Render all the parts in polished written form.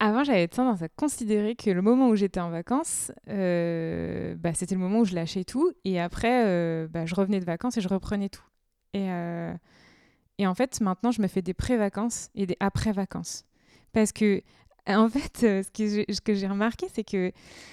Avant, j'avais tendance à considérer que le moment où j'étais en vacances, c'était le moment où je lâchais tout. Et après, je revenais de vacances et je reprenais tout. Et, euh, et en fait, maintenant, je me fais des pré-vacances et des après-vacances. Parce que, en fait, ce que j'ai remarqué, c'est que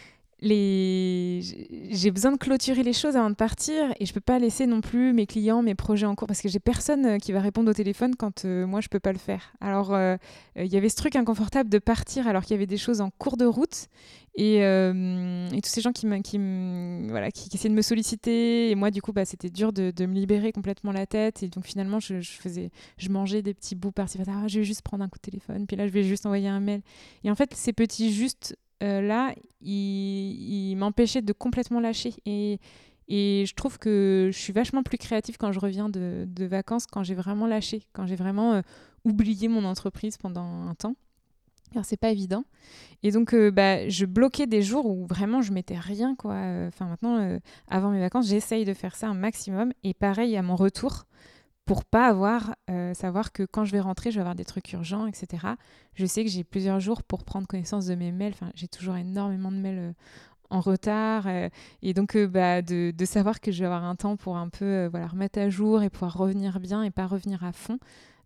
j'ai besoin de clôturer les choses avant de partir et je peux pas laisser non plus mes clients, mes projets en cours parce que j'ai personne qui va répondre au téléphone quand moi je peux pas le faire. Alors il y avait ce truc inconfortable de partir alors qu'il y avait des choses en cours de route et tous ces gens qui essayaient de me solliciter et moi du coup c'était dur de me libérer complètement la tête et donc finalement je mangeais des petits bouts par-ci par-là. Ah, je vais juste prendre un coup de téléphone puis là je vais juste envoyer un mail et en fait ces petits justes là, il m'empêchait de complètement lâcher. Et je trouve que je suis vachement plus créative quand je reviens de vacances, quand j'ai vraiment lâché, quand j'ai vraiment oublié mon entreprise pendant un temps. Alors c'est pas évident. Et donc je bloquais des jours où vraiment je mettais rien quoi. Enfin maintenant, avant mes vacances, j'essaye de faire ça un maximum. Et pareil à mon retour, pour pas savoir que quand je vais rentrer, je vais avoir des trucs urgents, etc. Je sais que j'ai plusieurs jours pour prendre connaissance de mes mails. Enfin, j'ai toujours énormément de mails en retard. Et donc, de savoir que je vais avoir un temps pour un peu remettre à jour et pouvoir revenir bien et pas revenir à fond,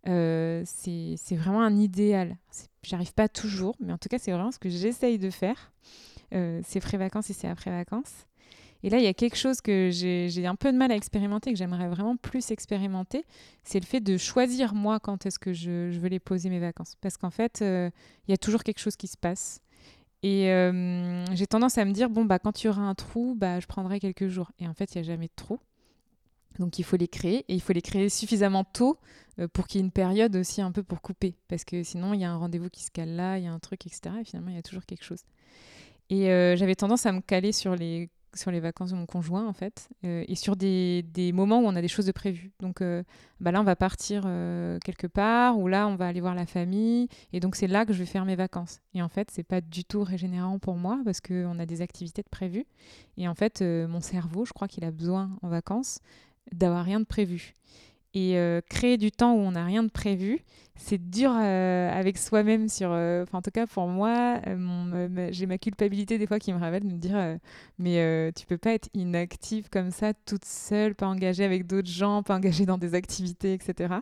c'est vraiment un idéal. J'arrive pas toujours, mais en tout cas, c'est vraiment ce que j'essaye de faire. C'est pré-vacances et c'est après-vacances. Et là, il y a quelque chose que j'ai un peu de mal à expérimenter, que j'aimerais vraiment plus expérimenter, c'est le fait de choisir moi quand est-ce que je veux les poser mes vacances. Parce qu'en fait, il y a toujours quelque chose qui se passe. Et j'ai tendance à me dire, bon, quand il y aura un trou, je prendrai quelques jours. Et en fait, il n'y a jamais de trou. Donc il faut les créer, et il faut les créer suffisamment tôt pour qu'il y ait une période aussi un peu pour couper. Parce que sinon, il y a un rendez-vous qui se cale là, il y a un truc, etc. Et finalement, il y a toujours quelque chose. Et j'avais tendance à me caler sur les vacances de mon conjoint, en fait, et sur des moments où on a des choses de prévues. Donc là, on va partir quelque part, ou là, on va aller voir la famille, et donc c'est là que je vais faire mes vacances. Et en fait, c'est pas du tout régénérant pour moi, parce qu'on a des activités de prévues. Et en fait, mon cerveau, je crois qu'il a besoin, en vacances, d'avoir rien de prévu. Et créer du temps où on n'a rien de prévu, c'est dur avec soi-même. En tout cas, pour moi, j'ai ma culpabilité des fois qui me rappelle de me dire mais tu peux pas être inactive comme ça, toute seule, pas engagée avec d'autres gens, pas engagée dans des activités, etc.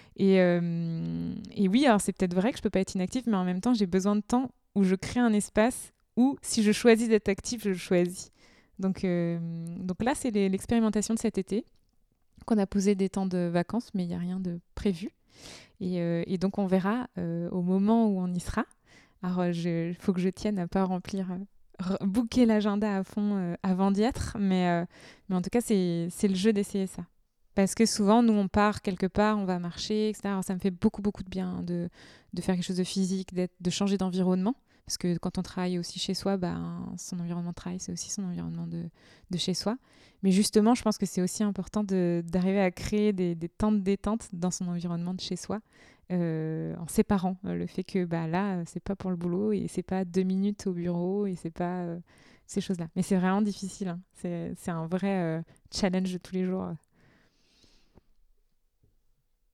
Et oui, alors c'est peut-être vrai que je peux pas être inactive, mais en même temps, j'ai besoin de temps où je crée un espace où, si je choisis d'être active, je le choisis. Donc là, c'est l'expérimentation de cet été qu'on a posé des temps de vacances, mais il n'y a rien de prévu. Et donc, on verra au moment où on y sera. Alors, il faut que je tienne à pas remplir, booker l'agenda à fond avant d'y être, mais en tout cas, c'est le jeu d'essayer ça. Parce que souvent, nous, on part quelque part, on va marcher, etc. Alors, ça me fait beaucoup, beaucoup de bien de faire quelque chose de physique, de changer d'environnement. Parce que quand on travaille aussi chez soi, son environnement de travail, c'est aussi son environnement de chez soi. Mais justement, je pense que c'est aussi important d'arriver à créer des temps de détente dans son environnement de chez soi, en séparant le fait que là, c'est pas pour le boulot et c'est pas 2 minutes au bureau et c'est pas ces choses-là. Mais c'est vraiment difficile, hein. C'est un vrai challenge de tous les jours.